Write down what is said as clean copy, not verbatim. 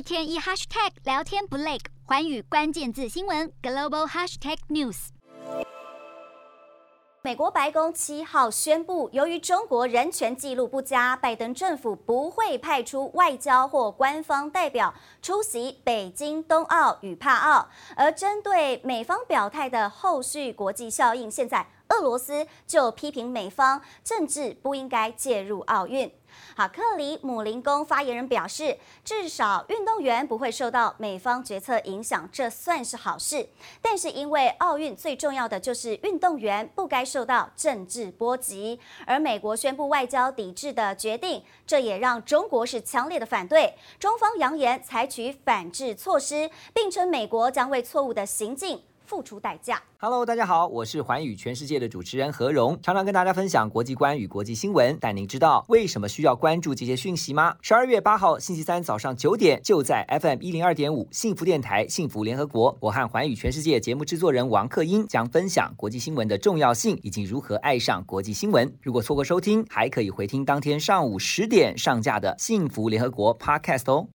天一 hashtag 聊天不累，寰宇关键字新闻 global hashtag news。 美国白宫7号宣布，由于中国人权记录不佳，拜登政府不会派出外交或官方代表出席北京冬奥与帕奥。而针对美方表态的后续国际效应，现在俄罗斯就批评美方政治不应该介入奥运。好，克里姆林宫发言人表示，至少运动员不会受到美方决策影响，这算是好事。但是因为奥运最重要的就是运动员不该受到政治波及，而美国宣布外交抵制的决定，这也让中国是强烈的反对。中方扬言采取反制措施，并称美国将为错误的行径付出代价。 Hello， 大家好，我是寰宇全世界的主持人何荣，常常跟大家分享国际观与国际新闻。但您知道为什么需要关注这些讯息吗？12月8号星期三早上9点，就在 FM 102.5幸福电台幸福联合国，我和寰宇全世界节目制作人王克英将分享国际新闻的重要性以及如何爱上国际新闻。如果错过收听，还可以回听当天上午10点上架的幸福联合国 Podcast 哦。